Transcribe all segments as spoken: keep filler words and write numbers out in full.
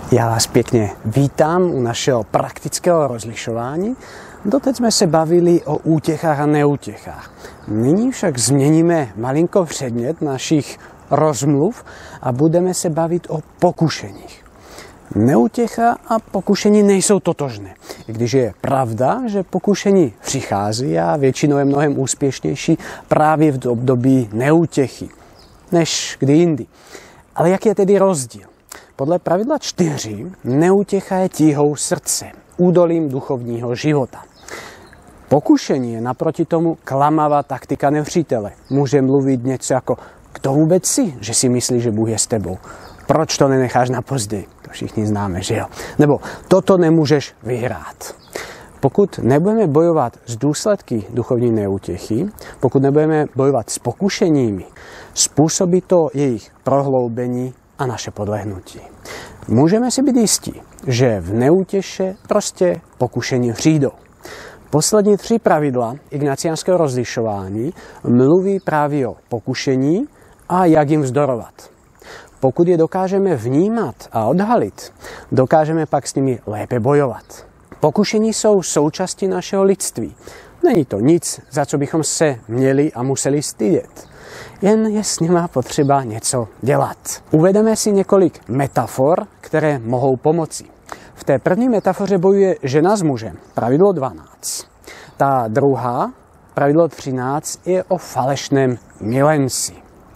Já vás pěkně vítám u našeho praktického rozlišování. Doteď jsme se bavili o útěchách a neútěchách. Nyní však změníme malinko předmět našich rozmluv a budeme se bavit o pokušeních. Neútěcha a pokušení nejsou totožné. I když je pravda, že pokušení přichází a většinou je mnohem úspěšnější právě v období neútěchy, než kdy jindy. Ale jaký je tedy rozdíl? Podle pravidla čtyři neútěcha je tíhou srdce, údolím duchovního života. Pokušení je naproti tomu klamavá taktika nepřítele. Může mluvit něco jako: kdo vůbec jsi, že si myslíš, že Bůh je s tebou? Proč to nenecháš na později? To všichni známe, že jo? Nebo toto nemůžeš vyhrát. Pokud nebudeme bojovat s důsledky duchovní neútěchy, pokud nebudeme bojovat s pokušeními, způsobí to jejich prohloubení a naše podlehnutí. Můžeme si být jistí, že v neútěše prostě pokušení přijdou. Poslední tři pravidla ignaciánského rozlišování mluví právě o pokušení a jak jim vzdorovat. Pokud je dokážeme vnímat a odhalit, dokážeme pak s nimi lépe bojovat. Pokušení jsou součástí našeho lidství. Není to nic, za co bychom se měli a museli stydět. Jen je s nima potřeba něco dělat. Uvedeme si několik metafor, které mohou pomoci. V té první metafoře bojuje žena s mužem, pravidlo dvanáct. Ta druhá, pravidlo třináct, je o falešném milenci.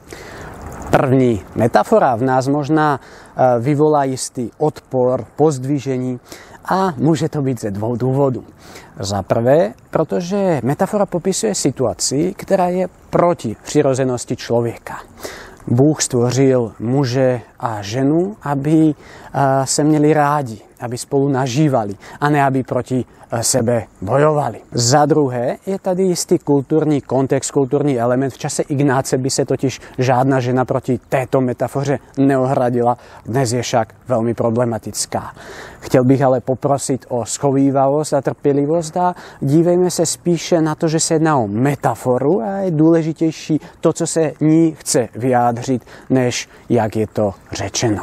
První metafora v nás možná vyvolá jistý odpor, pozdvižení a může to být ze dvou důvodů. Za prvé, protože metafora popisuje situaci, která je proti přirozenosti člověka. Bůh stvořil muže a ženu, aby se měli rádi, aby spolu nažívali a ne aby proti sebe bojovali. Za druhé je tady jistý kulturní kontext, kulturní element. V čase Ignáce by se totiž žádná žena proti této metafoře neohradila, dnes je však velmi problematická. Chtěl bych ale poprosit o schovívavost a trpělivost a dívejme se spíše na to, že se jedná o metaforu a je důležitější to, co se ní chce vyjádřit, než jak je to řečeno.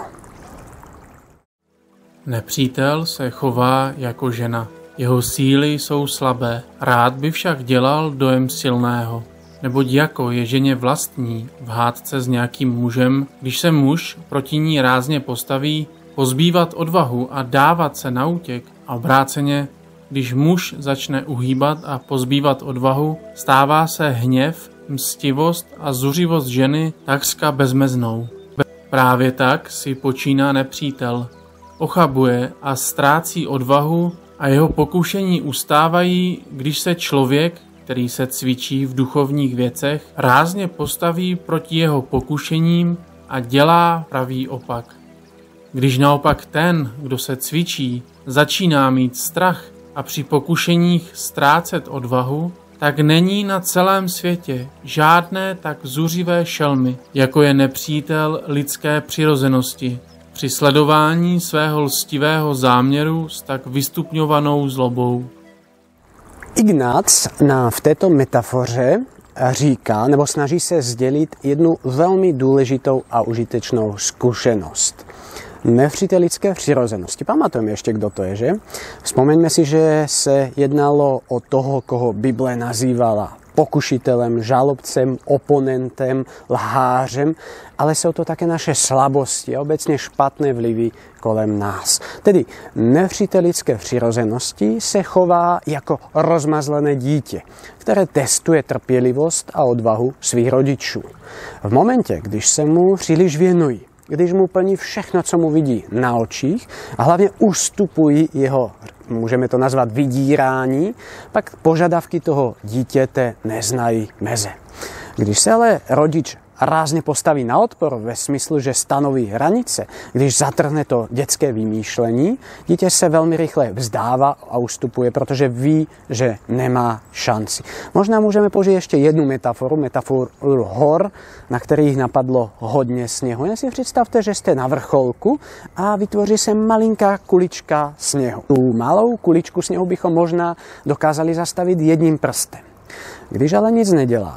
Nepřítel se chová jako žena. Jeho síly jsou slabé, rád by však dělal dojem silného. Neboť jako je ženě vlastní v hádce s nějakým mužem, když se muž proti ní rázně postaví, pozbývat odvahu a dávat se na útěk, a obráceně, když muž začne uhýbat a pozbývat odvahu, stává se hněv, mstivost a zuřivost ženy takřka bezmeznou. Právě tak si počíná nepřítel. Ochabuje a ztrácí odvahu a jeho pokušení ustávají, když se člověk, který se cvičí v duchovních věcech, rázně postaví proti jeho pokušením a dělá pravý opak. Když naopak ten, kdo se cvičí, začíná mít strach a při pokušeních ztrácet odvahu, tak není na celém světě žádné tak zuřivé šelmy, jako je nepřítel lidské přirozenosti, při sledování svého lstivého záměru s tak vystupňovanou zlobou. Ignác nám v této metafoře říká, nebo snaží se sdělit jednu velmi důležitou a užitečnou zkušenost. Nepřítel lidské přirozenosti. Pamatujeme ještě, kdo to je, že? Vzpomeňme si, že se jednalo o toho, koho Bible nazývala pokušitelem, žalobcem, oponentem, lhářem, ale jsou to také naše slabosti a obecně špatné vlivy kolem nás. Tedy nepřítel lidské přirozenosti se chová jako rozmazlené dítě, které testuje trpělivost a odvahu svých rodičů. V momentě, když se mu příliš věnují, když mu plní všechno, co mu vidí na očích a hlavně ustupují jeho, můžeme to nazvat vydírání, pak požadavky toho dítěte neznají meze. Když se ale rodič rázně postaví na odpor ve smyslu, že stanoví hranice, když zatrhne to dětské vymýšlení, dítě se velmi rychle vzdává a ustupuje, protože ví, že nemá šanci. Možná můžeme použít ještě jednu metaforu, metaforu hor, na kterých napadlo hodně sněhu. Jen si představte, že jste na vrcholku a vytvoří se malinká kulička sněhu. Tu malou kuličku sněhu bychom možná dokázali zastavit jedním prstem. Když ale nic neděláme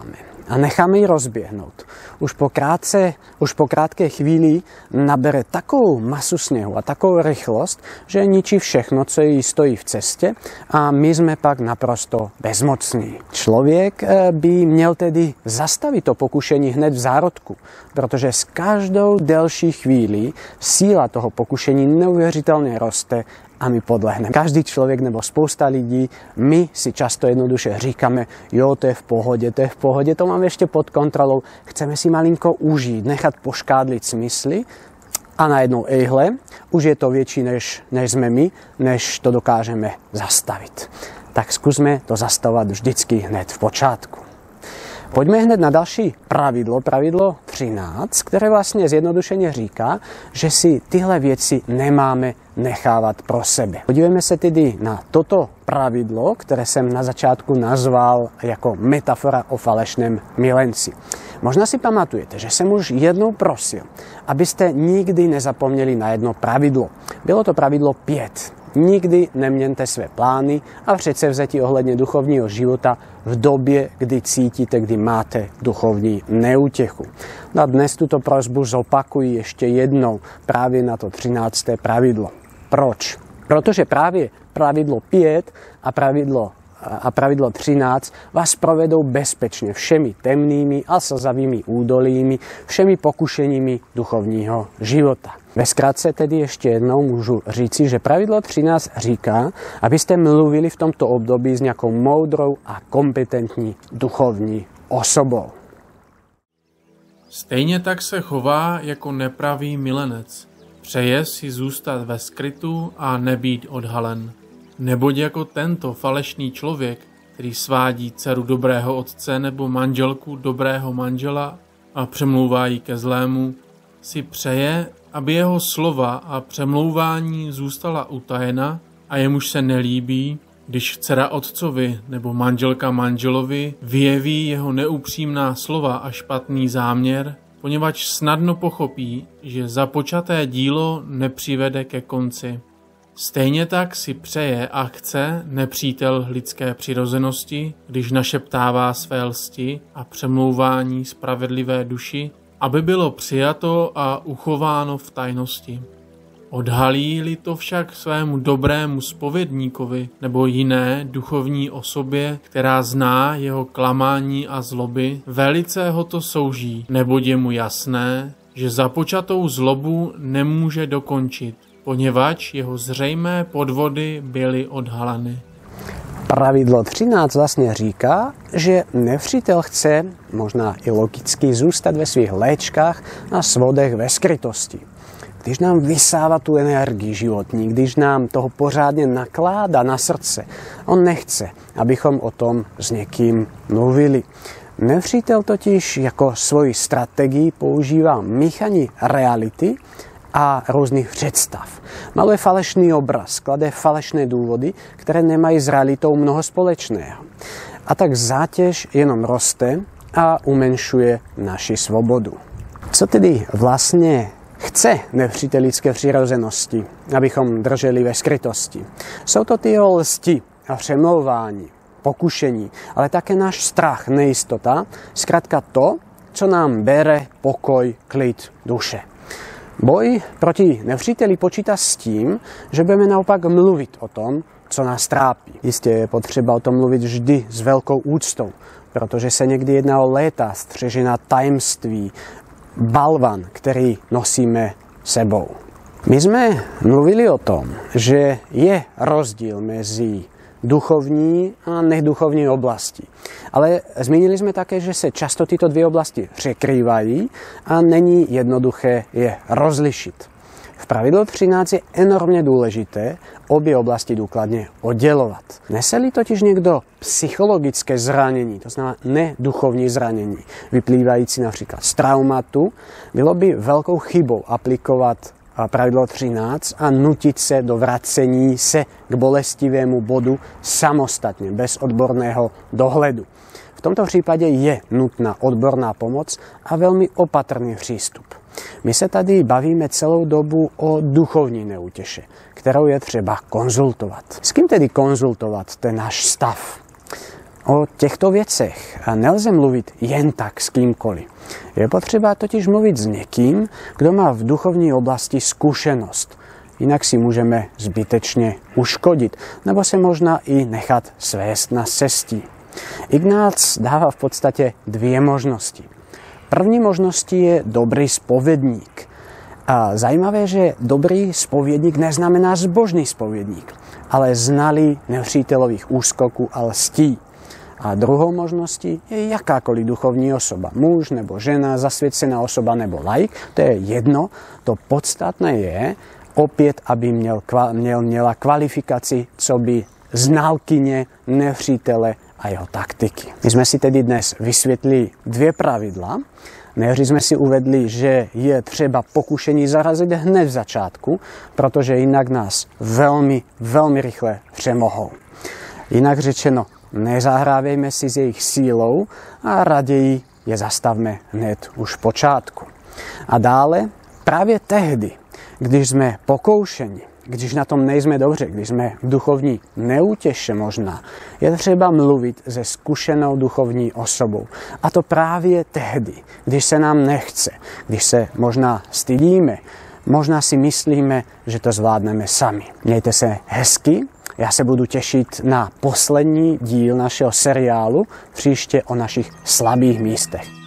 a necháme ji rozběhnout. Už po, krátce, už po krátké chvíli nabere takovou masu sněhu a takovou rychlost, že ničí všechno, co jí stojí v cestě a my jsme pak naprosto bezmocní. Člověk by měl tedy zastavit to pokušení hned v zárodku, protože s každou delší chvílí síla toho pokušení neuvěřitelně roste a my podlehneme. Každý člověk nebo spousta lidí, my si často jednoduše říkáme, jo, to je v pohodě, to je v pohodě, to máme ještě pod kontrolou, chceme si malinko užít, nechat poškádlit smysly a najednou ejhle, už je to větší, než, než jsme my, než to dokážeme zastavit. Tak zkusme to zastavovat vždycky hned v počátku. Pojďme hned na další pravidlo, pravidlo třináct, které vlastně zjednodušeně říká, že si tyhle věci nemáme nechávat pro sebe. Podívejme se tedy na toto pravidlo, které jsem na začátku nazval jako metafora o falešném milenci. Možná si pamatujete, že jsem už jednou prosil, abyste nikdy nezapomněli na jedno pravidlo. Bylo to pravidlo pět. Nikdy neměňte své plány a předsevzetí ohledně duchovního života v době, kdy cítíte, kdy máte duchovní neútěchu. No a dnes tuto prosbu zopakuji ještě jednou právě na to třinácté pravidlo. Proč? Protože právě pravidlo pět a pravidlo a pravidlo třináct vás provedou bezpečně všemi temnými a slzavými údolími, všemi pokušeními duchovního života. Ve zkratce tedy ještě jednou můžu říci, že pravidlo třináct říká, abyste mluvili v tomto období s nějakou moudrou a kompetentní duchovní osobou. Stejně tak se chová jako nepravý milenec. Přeje si zůstat ve skrytu a nebýt odhalen. Neboť jako tento falešný člověk, který svádí dceru dobrého otce nebo manželku dobrého manžela a přemlouvá ji ke zlému, si přeje, aby jeho slova a přemlouvání zůstala utajena a jemuž se nelíbí, když dcera otcovi nebo manželka manželovi vyjeví jeho neupřímná slova a špatný záměr, poněvadž snadno pochopí, že započaté dílo nepřivede ke konci. Stejně tak si přeje a chce nepřítel lidské přirozenosti, když našeptává své lsti a přemlouvání spravedlivé duši, aby bylo přijato a uchováno v tajnosti. Odhalí-li to však svému dobrému zpovědníkovi nebo jiné duchovní osobě, která zná jeho klamání a zloby, velice ho to souží, neboť je mu jasné, že započatou zlobu nemůže dokončit, poněvadž jeho zřejmé podvody byly odhaleny. Pravidlo třináct vlastně říká, že nepřítel chce, možná i logicky, zůstat ve svých léčkách a svodech ve skrytosti. Když nám vysává tu energii životní, když nám toho pořádně nakládá na srdce, on nechce, abychom o tom s někým mluvili. Nepřítel totiž jako svoji strategii používá míchaní reality a různých představ. Maluje falešný obraz, klade falešné důvody, které nemají s realitou mnoho společného. A tak zátěž jenom roste a umenšuje naši svobodu. Co tedy vlastně chce nepřítel lidské přirozenosti, abychom drželi ve skrytosti? Jsou to ty jeho lsti a přemlouvání, pokušení, ale také náš strach, nejistota, zkrátka to, co nám bere pokoj, klid duše. Boj proti nepříteli počítá s tím, že budeme naopak mluvit o tom, co nás trápí. Jistě je potřeba o tom mluvit vždy s velkou úctou, protože se někdy jedná o léta střežená tajemství, balvan, který nosíme sebou. My jsme mluvili o tom, že je rozdíl mezi duchovní a neduchovní oblasti. Ale zmínili jsme také, že se často tyto dvě oblasti překrývají a není jednoduché je rozlišit. V pravidlu třináct je enormně důležité obě oblasti důkladně oddělovat. Nese-li totiž někdo psychologické zranění, to znamená neduchovní zranění, vyplývající například z traumatu, bylo by velkou chybou aplikovat pravidlo třináct a nutit se do vracení se k bolestivému bodu samostatně, bez odborného dohledu. V tomto případě je nutná odborná pomoc a velmi opatrný přístup. My se tady bavíme celou dobu o duchovní neútěše, kterou je třeba konzultovat. S kým tedy konzultovat ten náš stav? O těchto věcech nelze mluvit jen tak s kýmkoliv. Je potřeba totiž mluvit s někým, kdo má v duchovní oblasti zkušenost. Jinak si můžeme zbytečně uškodit, nebo se možná i nechat svést na cestí. Ignác dává v podstatě dvě možnosti. První možností je dobrý spovědník. A zajímavé, že dobrý spovědník neznamená zbožný spovědník, ale znalý nepřítelových úskoků a lstí. A druhou možností je jakákoliv duchovní osoba, muž nebo žena, zasvěcená osoba nebo laik, to je jedno. To podstatné je opět, aby měl, měl, měla kvalifikaci, co by znalkyně nepřítele a jeho taktiky. My jsme si tedy dnes vysvětlili dvě pravidla. Nejdřív jsme si uvedli, že je třeba pokušení zarazit hned v začátku, protože jinak nás velmi, velmi rychle přemohou. Jinak řečeno, nezahrávejme si s jejich sílou a raději je zastavme hned už v počátku. A dále, právě tehdy, když jsme pokoušeni, když na tom nejsme dobře, když jsme v duchovní neútěše možná, je třeba mluvit se zkušenou duchovní osobou. A to právě tehdy, když se nám nechce, když se možná stydíme, možná si myslíme, že to zvládneme sami. Mějte se hezky, já se budu těšit na poslední díl našeho seriálu příště o našich slabých místech.